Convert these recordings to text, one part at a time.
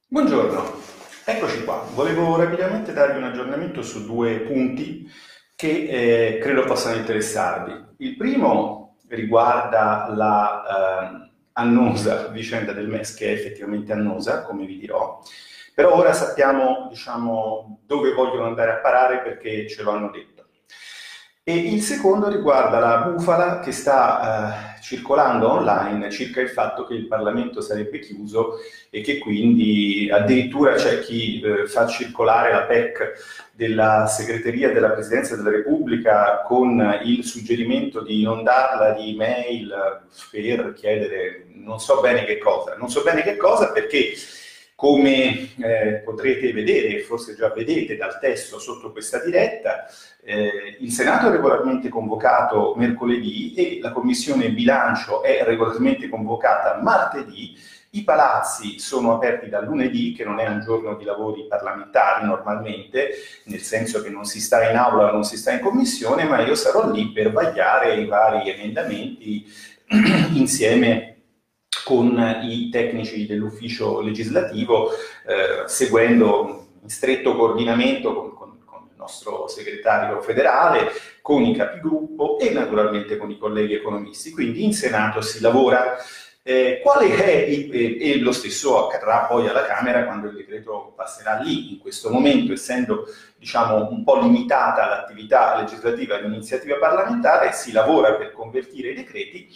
Buongiorno, eccoci qua. Volevo rapidamente darvi un aggiornamento su due punti che credo possano interessarvi. Il primo riguarda la annosa vicenda del MES, che è effettivamente annosa, come vi dirò, però ora sappiamo, diciamo, dove vogliono andare a parare perché ce lo hanno detto. E il secondo riguarda la bufala che sta circolando online circa il fatto che il Parlamento sarebbe chiuso e che quindi addirittura c'è chi fa circolare la PEC della segreteria della Presidenza della Repubblica con il suggerimento di non darla di email per chiedere non so bene che cosa. Non so bene che cosa perché, come potrete vedere, forse già vedete dal testo sotto questa diretta, il Senato è regolarmente convocato mercoledì e la Commissione Bilancio è regolarmente convocata martedì. I palazzi sono aperti dal lunedì, che non è un giorno di lavori parlamentari normalmente, nel senso che non si sta in aula, non si sta in commissione, ma io sarò lì per vagliare i vari emendamenti insieme con i tecnici dell'ufficio legislativo, seguendo in stretto coordinamento con il nostro segretario federale, con i capigruppo e naturalmente con i colleghi economisti. Quindi in Senato si lavora. Quale è e lo stesso accadrà poi alla Camera quando il decreto passerà lì. In questo momento, essendo diciamo un po' limitata l'attività legislativa di iniziativa parlamentare, si lavora per convertire i decreti.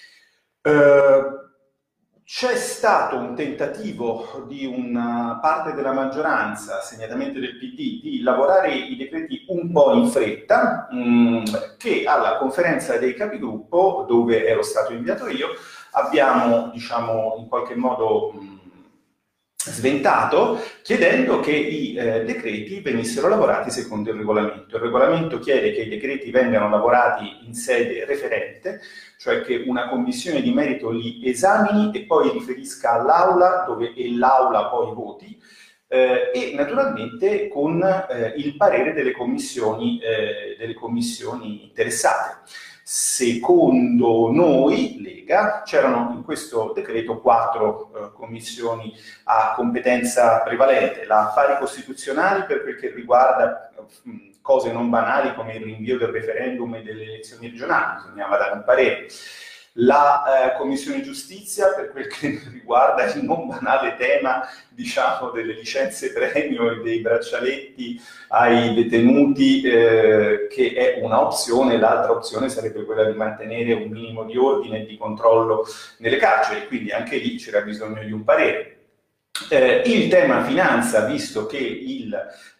C'è stato un tentativo di una parte della maggioranza, segnatamente del PD, di lavorare i decreti un po' in fretta, che alla conferenza dei capigruppo, dove ero stato inviato io, abbiamo, diciamo, in qualche modo sventato, chiedendo che i decreti venissero lavorati secondo il regolamento. Il regolamento chiede che i decreti vengano lavorati in sede referente, cioè che una commissione di merito li esamini e poi riferisca all'Aula, dove l'Aula poi voti, e naturalmente con il parere delle commissioni interessate. Secondo noi, Lega, c'erano in questo decreto 4 commissioni a competenza prevalente: la affari costituzionali per quel che riguarda cose non banali come il rinvio del referendum e delle elezioni regionali, bisognava dare un parere; la Commissione Giustizia per quel che riguarda il non banale tema, diciamo, delle licenze premio e dei braccialetti ai detenuti, che è una opzione. L'altra opzione sarebbe quella di mantenere un minimo di ordine e di controllo nelle carceri, quindi anche lì c'era bisogno di un parere. Il tema finanza, visto che il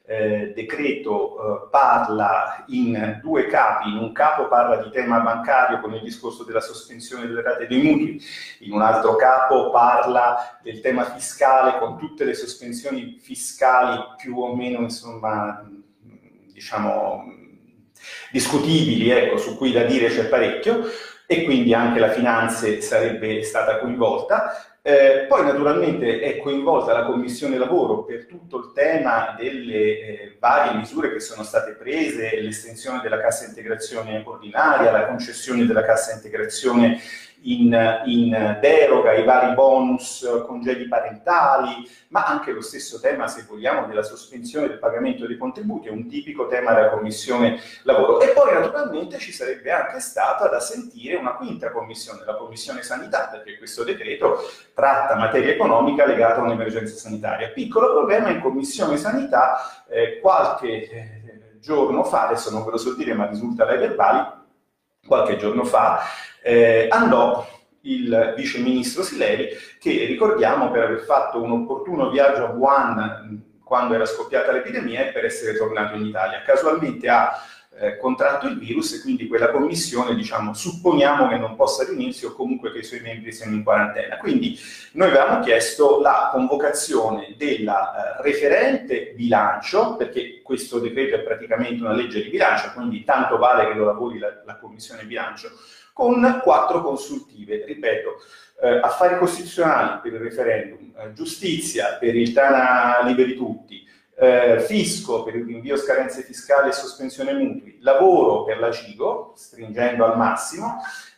decreto parla in due capi: in un capo parla di tema bancario con il discorso della sospensione delle rate dei mutui, in un altro capo parla del tema fiscale con tutte le sospensioni fiscali più o meno, insomma, diciamo, discutibili, ecco, su cui da dire c'è parecchio, e quindi anche la finanze sarebbe stata coinvolta. Poi naturalmente è coinvolta la Commissione Lavoro per tutto il tema delle varie misure che sono state prese, l'estensione della cassa integrazione ordinaria, la concessione della cassa integrazione in deroga, i vari bonus, congedi parentali, ma anche lo stesso tema, se vogliamo, della sospensione del pagamento dei contributi, è un tipico tema della Commissione Lavoro. E poi naturalmente ci sarebbe anche stata da sentire una quinta commissione, la Commissione Sanità, perché questo decreto tratta materia economica legata a un'emergenza sanitaria. Piccolo problema: in Commissione Sanità qualche giorno fa, adesso non ve lo so dire ma risulta dai verbali, qualche giorno fa andò il vice ministro Sileri, che ricordiamo per aver fatto un opportuno viaggio a Wuhan quando era scoppiata l'epidemia e per essere tornato in Italia. Casualmente ha contratto il virus e quindi quella commissione, diciamo, supponiamo che non possa riunirsi o comunque che i suoi membri siano in quarantena. Quindi noi avevamo chiesto la convocazione della referente bilancio, perché questo decreto è praticamente una legge di bilancio, quindi tanto vale che lo lavori la commissione bilancio, con 4 consultive, ripeto, affari costituzionali per il referendum, giustizia per il Tana Liberi Tutti, fisco per il rinvio scadenze fiscali e sospensione mutui, lavoro per la CIGO, stringendo al massimo,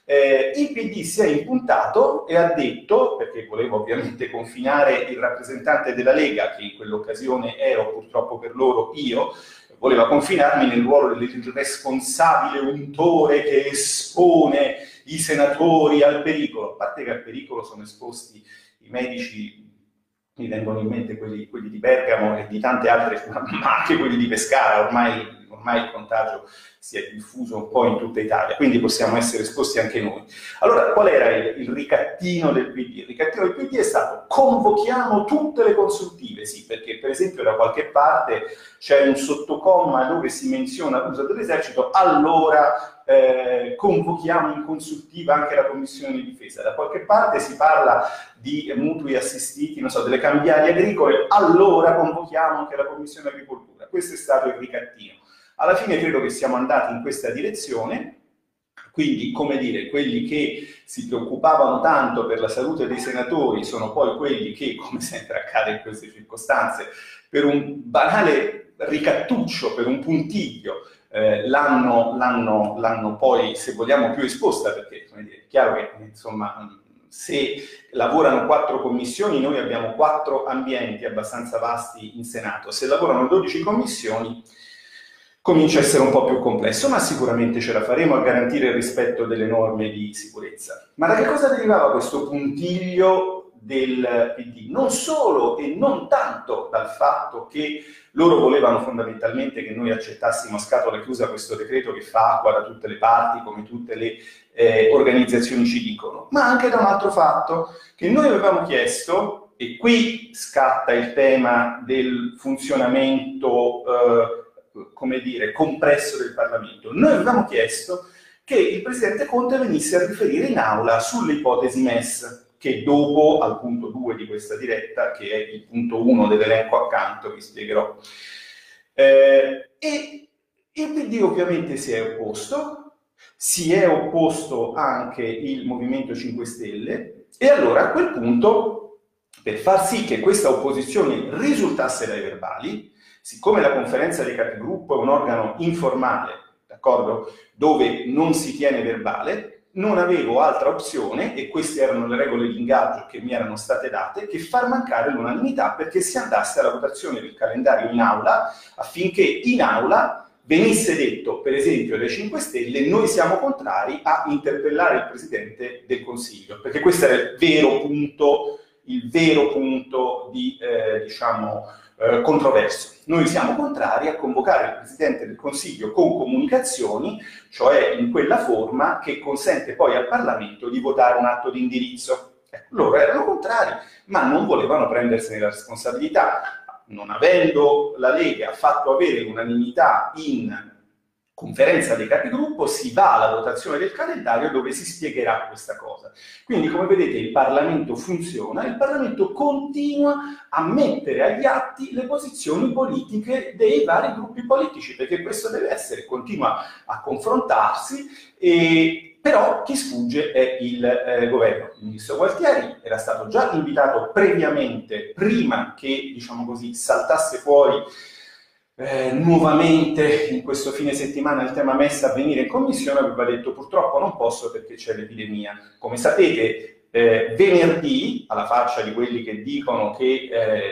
il PD si è impuntato e ha detto, perché volevo ovviamente confinare il rappresentante della Lega, che in quell'occasione ero purtroppo per loro io, voleva confinarmi nel ruolo del responsabile untore che espone i senatori al pericolo. A parte che al pericolo sono esposti i medici, mi vengono in mente quelli di Bergamo e di tante altre, ma anche quelli di Pescara, ormai il contagio si è diffuso un po' in tutta Italia, quindi possiamo essere esposti anche noi. Allora, qual era il ricattino del PD? Il ricattino del PD è stato: convochiamo tutte le consultive, sì, perché per esempio da qualche parte c'è un sottocomma dove si menziona l'uso dell'esercito, allora convochiamo in consultiva anche la Commissione di Difesa. Da qualche parte si parla di mutui assistiti, non so, delle cambiali agricole, allora convochiamo anche la Commissione Agricoltura. Questo è stato il ricattino. Alla fine credo che siamo andati in questa direzione, quindi, come dire, quelli che si preoccupavano tanto per la salute dei senatori sono poi quelli che, come sempre accade in queste circostanze, per un banale ricattuccio, per un puntiglio, l'hanno poi, se vogliamo, più esposta, perché, come dire, è chiaro che, insomma, se lavorano 4 commissioni, noi abbiamo 4 ambienti abbastanza vasti in Senato. Se lavorano 12 commissioni, comincia a essere un po' più complesso, ma sicuramente ce la faremo a garantire il rispetto delle norme di sicurezza. Ma da che cosa derivava questo puntiglio del PD? Non solo e non tanto dal fatto che loro volevano fondamentalmente che noi accettassimo a scatola chiusa questo decreto che fa acqua da tutte le parti, come tutte le organizzazioni ci dicono, ma anche da un altro fatto, che noi avevamo chiesto, e qui scatta il tema del funzionamento come dire, compresso del Parlamento. Noi avevamo chiesto che il Presidente Conte venisse a riferire in aula sulle ipotesi MES, che dopo, al punto 2 di questa diretta, che è il punto 1 dell'elenco accanto, vi spiegherò. E il PD ovviamente si è opposto anche il Movimento 5 Stelle, e allora a quel punto, per far sì che questa opposizione risultasse dai verbali, siccome la conferenza dei capigruppo è un organo informale, d'accordo, dove non si tiene verbale, non avevo altra opzione, e queste erano le regole di ingaggio che mi erano state date, che far mancare l'unanimità perché si andasse alla votazione del calendario in aula, affinché in aula venisse detto, per esempio dai 5 Stelle, noi siamo contrari a interpellare il Presidente del Consiglio, perché questo era il vero punto di, controverso. Noi siamo contrari a convocare il Presidente del Consiglio con comunicazioni, cioè in quella forma che consente poi al Parlamento di votare un atto di indirizzo. Loro erano contrari, ma non volevano prendersene la responsabilità. Non avendo la Lega fatto avere l'unanimità in conferenza dei capigruppo, si va alla votazione del calendario dove si spiegherà questa cosa. Quindi, come vedete, il Parlamento funziona, il Parlamento continua a mettere agli atti le posizioni politiche dei vari gruppi politici, perché questo deve essere, continua a confrontarsi, però chi sfugge è il governo. Il ministro Gualtieri era stato già invitato previamente, prima che, diciamo così, saltasse fuori nuovamente in questo fine settimana il tema MES a venire in commissione, aveva detto purtroppo non posso perché c'è l'epidemia. Come sapete, venerdì, alla faccia di quelli che dicono che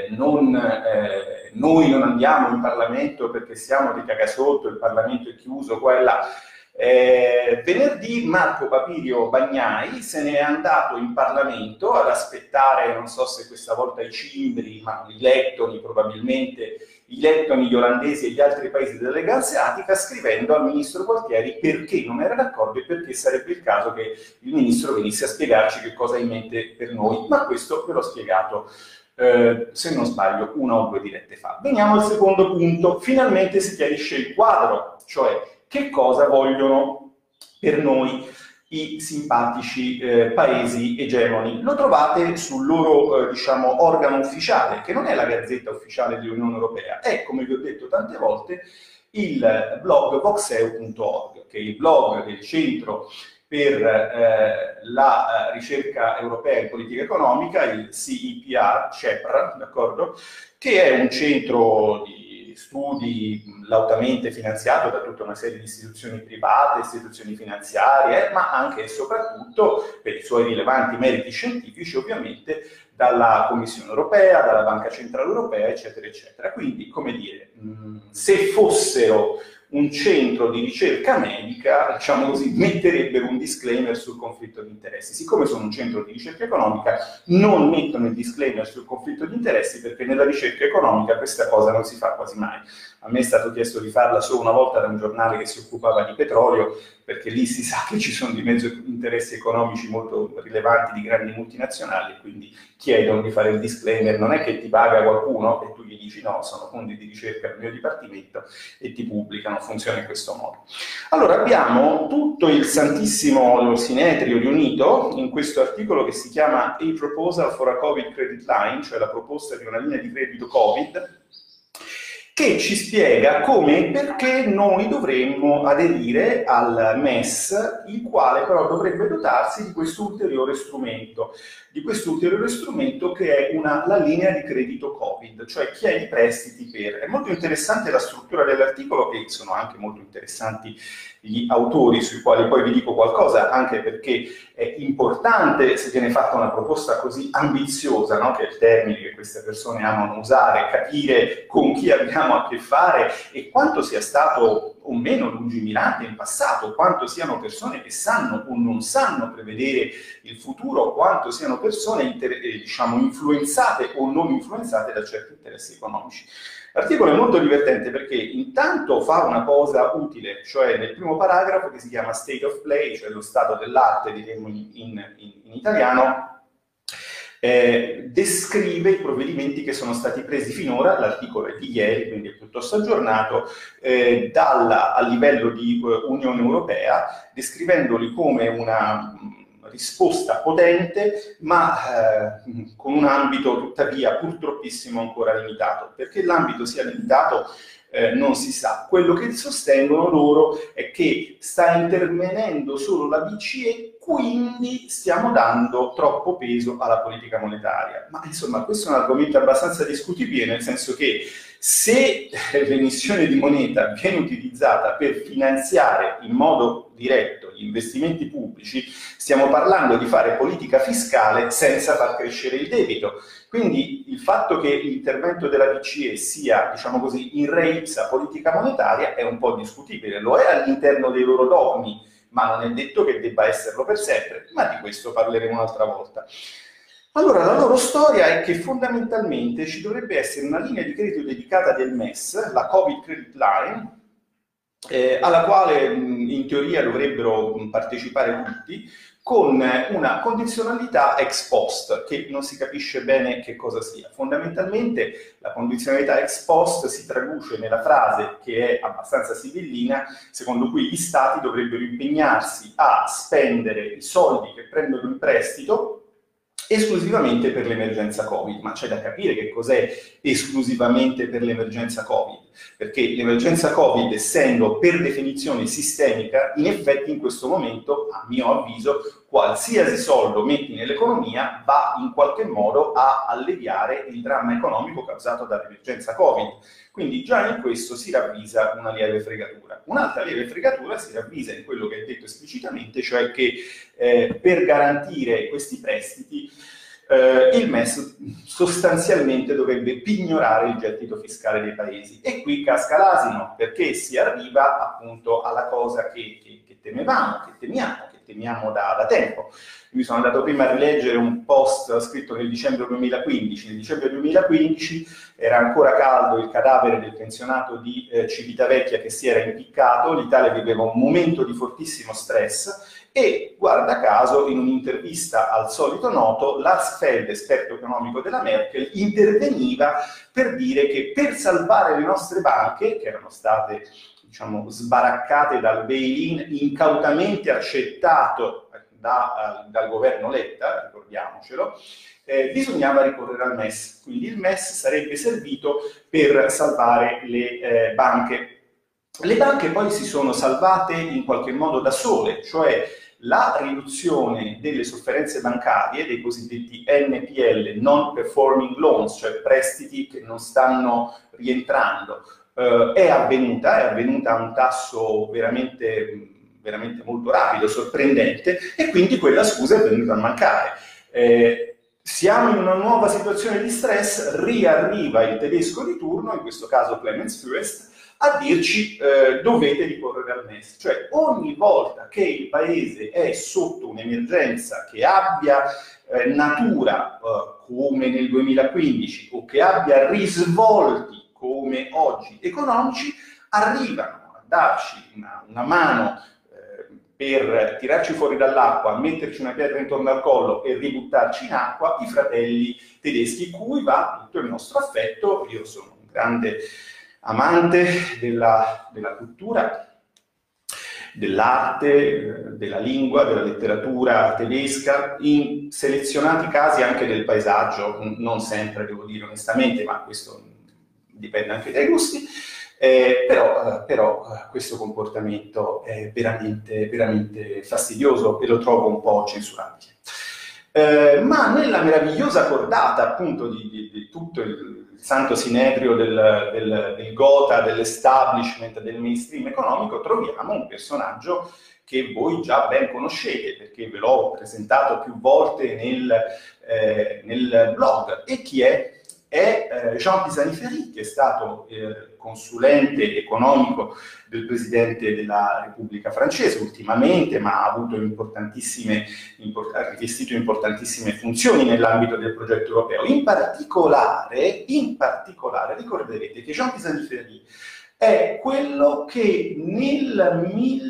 noi non andiamo in Parlamento perché siamo dei cagasotto, il Parlamento è chiuso, qua e là, venerdì Marco Papirio Bagnai se ne è andato in Parlamento ad aspettare, non so se questa volta i cimbri, ma i lettoni probabilmente, i lettoni, gli olandesi e gli altri paesi della Lega Asiatica, scrivendo al ministro Gualtieri perché non era d'accordo e perché sarebbe il caso che il ministro venisse a spiegarci che cosa ha in mente per noi, ma questo ve l'ho spiegato, se non sbaglio, 1 o 2 dirette fa. Veniamo al secondo punto. Finalmente si chiarisce il quadro, cioè che cosa vogliono per noi i simpatici paesi egemoni. Lo trovate sul loro organo ufficiale, che non è la Gazzetta Ufficiale dell'Unione Europea, è, come vi ho detto tante volte, il blog voxeu.org, che è il blog del Centro per la ricerca europea in politica economica, il CEPR, d'accordo? Che è un centro di studi lautamente finanziato da tutta una serie di istituzioni private, istituzioni finanziarie, ma anche e soprattutto, per i suoi rilevanti meriti scientifici, ovviamente, dalla Commissione europea, dalla Banca Centrale Europea, eccetera, eccetera. Quindi, come dire, se fossero un centro di ricerca medica, diciamo così, metterebbero un disclaimer sul conflitto di interessi. Siccome sono un centro di ricerca economica, non mettono il disclaimer sul conflitto di interessi, perché nella ricerca economica questa cosa non si fa quasi mai. A me è stato chiesto di farla solo una volta da un giornale che si occupava di petrolio, perché lì si sa che ci sono di mezzo interessi economici molto rilevanti di grandi multinazionali, e quindi chiedono di fare il disclaimer. Non è che ti paga qualcuno e tu gli dici no, sono fondi di ricerca del mio dipartimento, e ti pubblicano. Funziona in questo modo. Allora abbiamo tutto il santissimo sinedrio riunito in questo articolo che si chiama A Proposal for a Covid Credit Line, cioè la proposta di una linea di credito Covid, che ci spiega come e perché noi dovremmo aderire al MES, il quale però dovrebbe dotarsi di questo ulteriore strumento, che è la linea di credito Covid, cioè chiedi prestiti per. È molto interessante la struttura dell'articolo, e sono anche molto interessanti gli autori, sui quali poi vi dico qualcosa, anche perché è importante, se viene fatta una proposta così ambiziosa, no? Che è il termine che queste persone amano usare, capire con chi abbiamo a che fare e quanto sia stato o meno lungimirante in passato, quanto siano persone che sanno o non sanno prevedere il futuro, quanto siano persone diciamo influenzate o non influenzate da certi interessi economici. L'articolo è molto divertente perché intanto fa una cosa utile, cioè nel primo paragrafo, che si chiama State of Play, cioè lo stato dell'arte, diremmo in italiano, descrive i provvedimenti che sono stati presi finora. L'articolo è di ieri, quindi è piuttosto aggiornato, a livello di Unione Europea, descrivendoli come una risposta potente, ma con un ambito tuttavia purtroppissimo ancora limitato. Perché l'ambito sia limitato non si sa. Quello che sostengono loro è che sta intervenendo solo la BCE, quindi stiamo dando troppo peso alla politica monetaria. Ma insomma, questo è un argomento abbastanza discutibile, nel senso che se l'emissione di moneta viene utilizzata per finanziare in modo diretto gli investimenti pubblici, stiamo parlando di fare politica fiscale senza far crescere il debito. Quindi il fatto che l'intervento della BCE sia, diciamo così, in re ipsa politica monetaria è un po' discutibile. Lo è all'interno dei loro dogmi, ma non è detto che debba esserlo per sempre, ma di questo parleremo un'altra volta. Allora, la loro storia è che fondamentalmente ci dovrebbe essere una linea di credito dedicata del MES, la Covid Credit Line, alla quale in teoria dovrebbero partecipare tutti, con una condizionalità ex post, che non si capisce bene che cosa sia. Fondamentalmente la condizionalità ex post si traduce nella frase, che è abbastanza sibillina, secondo cui gli stati dovrebbero impegnarsi a spendere i soldi che prendono in prestito esclusivamente per l'emergenza Covid. Ma c'è da capire che cos'è esclusivamente per l'emergenza Covid, perché l'emergenza Covid, essendo per definizione sistemica, in effetti in questo momento, a mio avviso, qualsiasi soldo metti nell'economia va in qualche modo a alleviare il dramma economico causato dall'emergenza Covid. Quindi già in questo si ravvisa una lieve fregatura. Un'altra lieve fregatura si ravvisa in quello che è detto esplicitamente, cioè che per garantire questi prestiti il MES sostanzialmente dovrebbe pignorare il gettito fiscale dei paesi. E qui casca l'asino, perché si arriva appunto alla cosa che temiamo da tempo. Mi sono andato prima a rileggere un post scritto nel dicembre 2015. Nel dicembre 2015 era ancora caldo il cadavere del pensionato di Civitavecchia che si era impiccato, l'Italia viveva un momento di fortissimo stress e, guarda caso, in un'intervista al solito noto, Lars Feld, esperto economico della Merkel, interveniva per dire che per salvare le nostre banche, che erano state, diciamo, sbaraccate dal bail-in incautamente accettato dal governo Letta, ricordiamocelo, bisognava ricorrere al MES. Quindi il MES sarebbe servito per salvare le banche. Le banche poi si sono salvate in qualche modo da sole, cioè la riduzione delle sofferenze bancarie, dei cosiddetti NPL, non performing loans, cioè prestiti che non stanno rientrando, è avvenuta a un tasso veramente molto rapido, sorprendente, e quindi quella scusa è venuta a mancare. Siamo in una nuova situazione di stress, riarriva il tedesco di turno, in questo caso Clemens Fürst, a dirci dovete ricorrere al MES. Cioè ogni volta che il paese è sotto un'emergenza che abbia natura come nel 2015 o che abbia risvolti come oggi economici, arrivano a darci una mano per tirarci fuori dall'acqua, metterci una pietra intorno al collo e ributtarci in acqua, i fratelli tedeschi, cui va tutto il nostro affetto. Io sono un grande amante della cultura, dell'arte, della lingua, della letteratura tedesca, in selezionati casi anche del paesaggio, non sempre, devo dire onestamente, ma questo dipende anche dai gusti. Però questo comportamento è veramente fastidioso e lo trovo un po' censurabile. Ma nella meravigliosa cordata appunto di tutto il santo sinedrio del Gotha, dell'establishment, del mainstream economico, troviamo un personaggio che voi già ben conoscete, perché ve l'ho presentato più volte nel blog. E chi è? È Jean Pisani-Ferry, che è stato consulente economico del Presidente della Repubblica francese ultimamente, ma ha avuto ha rivestito importantissime funzioni nell'ambito del progetto europeo. In particolare ricorderete che Jean Pisani-Ferry è quello che nel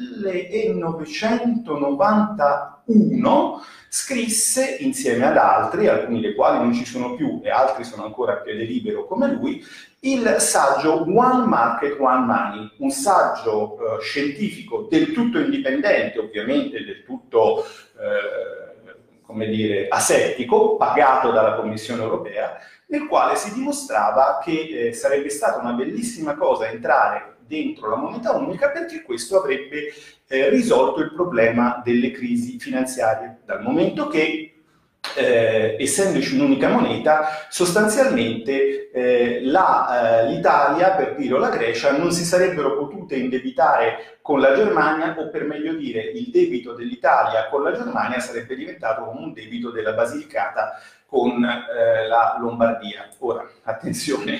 1991 scrisse, insieme ad altri, alcuni dei quali non ci sono più e altri sono ancora a piede libero come lui, il saggio One Market, One Money, un saggio scientifico del tutto indipendente, ovviamente del tutto, come dire, asettico, pagato dalla Commissione europea, nel quale si dimostrava che sarebbe stata una bellissima cosa entrare dentro la moneta unica, perché questo avrebbe risolto il problema delle crisi finanziarie, dal momento che essendoci un'unica moneta, sostanzialmente l'Italia, per dire, o la Grecia non si sarebbero potute indebitare con la Germania, o per meglio dire il debito dell'Italia con la Germania sarebbe diventato come un debito della Basilicata con la Lombardia. Ora, attenzione,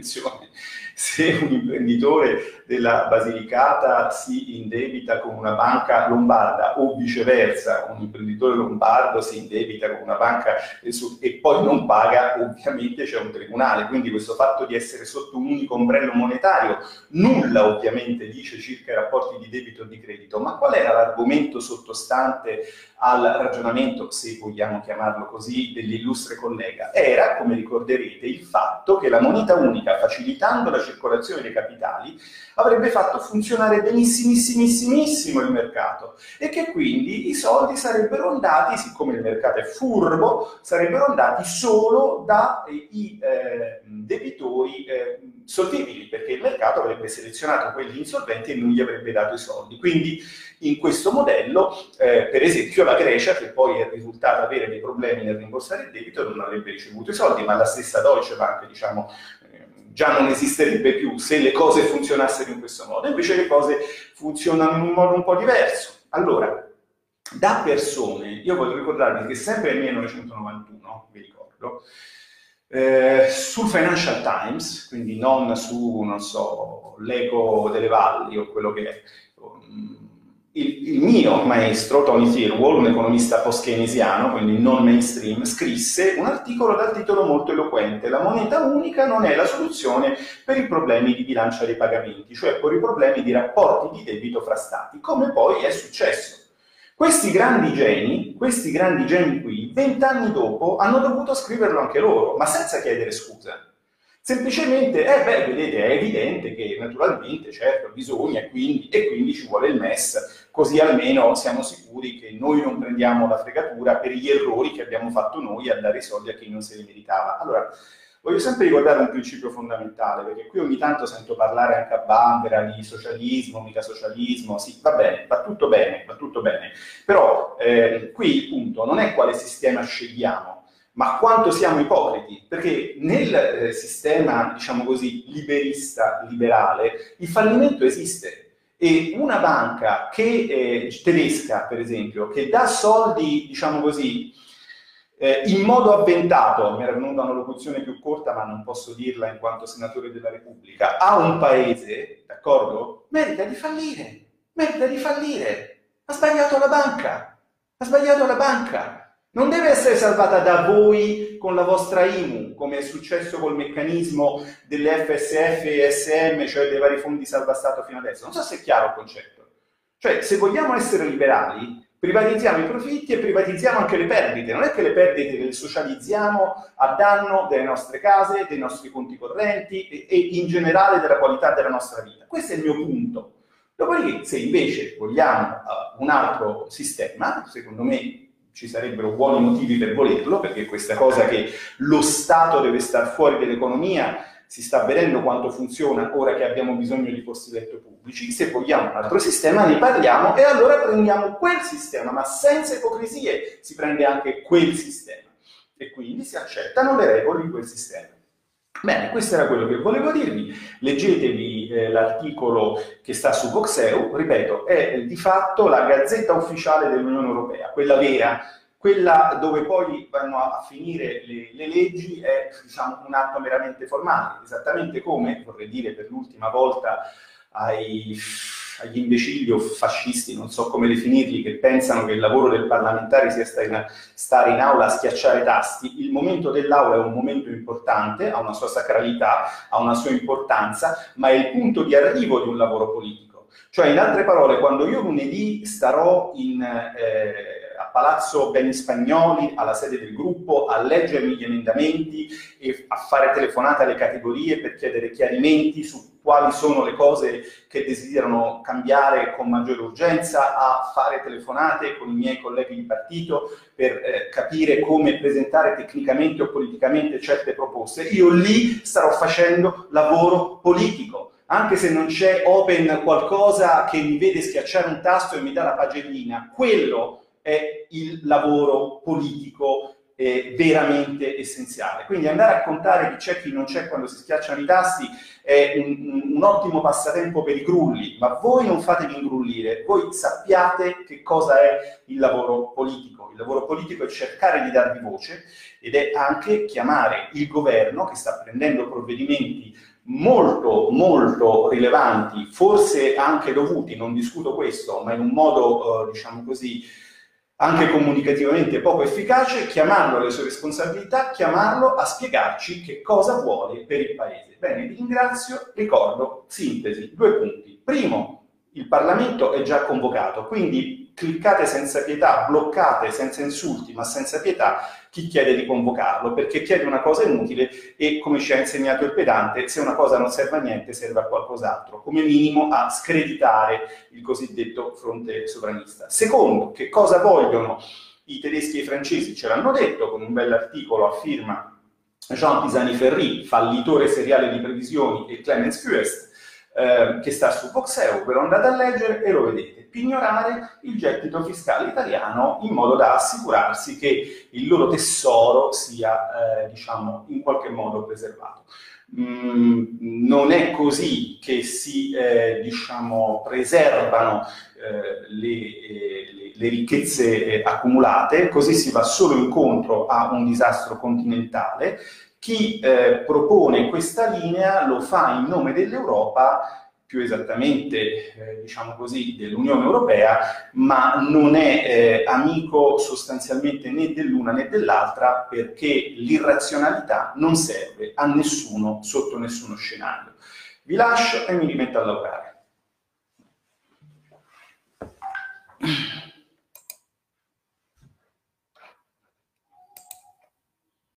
se un imprenditore della Basilicata si indebita con una banca lombarda o viceversa, un imprenditore lombardo si indebita con una banca e poi non paga, ovviamente c'è un tribunale. Quindi questo fatto di essere sotto un unico ombrello monetario nulla ovviamente dice circa i rapporti di debito e di credito. Ma qual era l'argomento sottostante al ragionamento, se vogliamo chiamarlo così, dell'illustre collega? Era, come ricorderete, il fatto che la moneta unica, facilitando la circolazione dei capitali, avrebbe fatto funzionare benissimissimo il mercato, e che quindi i soldi sarebbero andati, siccome il mercato è furbo, sarebbero andati solo dai debitori solvibili, perché il mercato avrebbe selezionato quelli insolventi e non gli avrebbe dato i soldi. Quindi in questo modello, per esempio, la Grecia, che poi è risultata avere dei problemi nel rimborsare il debito, non avrebbe ricevuto i soldi, ma la stessa Deutsche Bank, diciamo, già non esisterebbe più se le cose funzionassero in questo modo. Invece le cose funzionano in un modo un po' diverso. Allora, da persone, io voglio ricordarvi che sempre nel 1991, vi ricordo, sul Financial Times, quindi non su, non so, l'Eco delle Valli o quello che è, il mio maestro, Tony Thirlwall, un economista post-keynesiano, quindi non mainstream, scrisse un articolo dal titolo molto eloquente: la moneta unica non è la soluzione per i problemi di bilancia dei pagamenti, cioè per i problemi di rapporti di debito fra stati, come poi è successo. Questi grandi geni qui, 20 anni dopo, hanno dovuto scriverlo anche loro, ma senza chiedere scusa. Semplicemente, vedete, è evidente che naturalmente, certo, bisogna, e quindi ci vuole il MES, così almeno siamo sicuri che noi non prendiamo la fregatura per gli errori che abbiamo fatto noi a dare i soldi a chi non se li meritava. Allora, voglio sempre ricordare un principio fondamentale, perché qui ogni tanto sento parlare anche a vanvera di socialismo, mica socialismo, sì, va bene, va tutto bene, però qui il punto non è quale sistema scegliamo, Ma quanto siamo ipocriti? Perché nel sistema, diciamo così, liberista, liberale, il fallimento esiste. E una banca che, tedesca, per esempio, che dà soldi, diciamo così, in modo avventato, mi era venuta una locuzione più corta, ma non posso dirla in quanto senatore della Repubblica, a un paese, d'accordo? Merita di fallire, merita di fallire. Ha sbagliato la banca, ha sbagliato la banca. Non deve essere salvata da voi con la vostra IMU, come è successo col meccanismo delle FSF e SM, cioè dei vari fondi salva Stato fino adesso. Non so se è chiaro il concetto. Cioè, se vogliamo essere liberali, privatizziamo i profitti e privatizziamo anche le perdite. Non è che le perdite le socializziamo a danno delle nostre case, dei nostri conti correnti e in generale della qualità della nostra vita. Questo è il mio punto. Dopodiché, se invece vogliamo un altro sistema, secondo me ci sarebbero buoni motivi per volerlo, perché questa cosa che lo Stato deve star fuori dell'economia si sta vedendo quanto funziona ora che abbiamo bisogno di posti letto pubblici. Se vogliamo un altro sistema ne parliamo e allora prendiamo quel sistema, ma senza ipocrisie si prende anche quel sistema e quindi si accettano le regole di quel sistema. Bene, questo era quello che volevo dirvi. Leggetevi l'articolo che sta su Voxeu, ripeto, è di fatto la gazzetta ufficiale dell'Unione Europea, quella vera, quella dove poi vanno a finire le leggi è, diciamo, un atto meramente formale, esattamente come, vorrei dire per l'ultima volta, agli imbecilli o fascisti, non so come definirli, che pensano che il lavoro del parlamentare sia stare in aula a schiacciare tasti. Il momento dell'aula è un momento importante, ha una sua sacralità, ha una sua importanza, ma è il punto di arrivo di un lavoro politico. Cioè, in altre parole, quando io lunedì starò a Palazzo Beni Spagnoli, alla sede del gruppo, a leggermi gli emendamenti e a fare telefonate alle categorie per chiedere chiarimenti su quali sono le cose che desiderano cambiare con maggiore urgenza, a fare telefonate con i miei colleghi di partito per capire come presentare tecnicamente o politicamente certe proposte, io lì starò facendo lavoro politico. Anche se non c'è open qualcosa che mi vede schiacciare un tasto e mi dà la pagellina, quello è il lavoro politico veramente essenziale. Quindi andare a contare chi c'è e chi non c'è quando si schiacciano i tasti è un ottimo passatempo per i grulli, ma voi non fatevi ingrullire, voi sappiate che cosa è il lavoro politico. Il lavoro politico è cercare di darvi voce ed è anche chiamare il governo che sta prendendo provvedimenti molto molto rilevanti, forse anche dovuti, non discuto questo, ma in un modo diciamo così anche comunicativamente poco efficace, chiamarlo alle sue responsabilità, chiamarlo a spiegarci che cosa vuole per il Paese. Bene, vi ringrazio, ricordo, sintesi, 2 punti. Primo, il Parlamento è già convocato, quindi cliccate senza pietà, bloccate senza insulti, ma senza pietà chi chiede di convocarlo, perché chiede una cosa inutile e, come ci ha insegnato il pedante, se una cosa non serve a niente, serve a qualcos'altro, come minimo a screditare il cosiddetto fronte sovranista. Secondo, che cosa vogliono i tedeschi e i francesi? Ce l'hanno detto con un bell'articolo a firma Jean Pisani-Ferry, fallitore seriale di previsioni, e Clemens Fuest, che sta su Voxeu, ve lo andate a leggere e lo vedete. Pignorare il gettito fiscale italiano in modo da assicurarsi che il loro tesoro sia, diciamo, in qualche modo preservato. Non è così che si, diciamo, preservano le ricchezze accumulate, così si va solo incontro a un disastro continentale. Chi propone questa linea lo fa in nome dell'Europa, più esattamente, diciamo così, dell'Unione Europea, ma non è amico sostanzialmente né dell'una né dell'altra, perché l'irrazionalità non serve a nessuno sotto nessuno scenario. Vi lascio e mi rimetto a lavorare.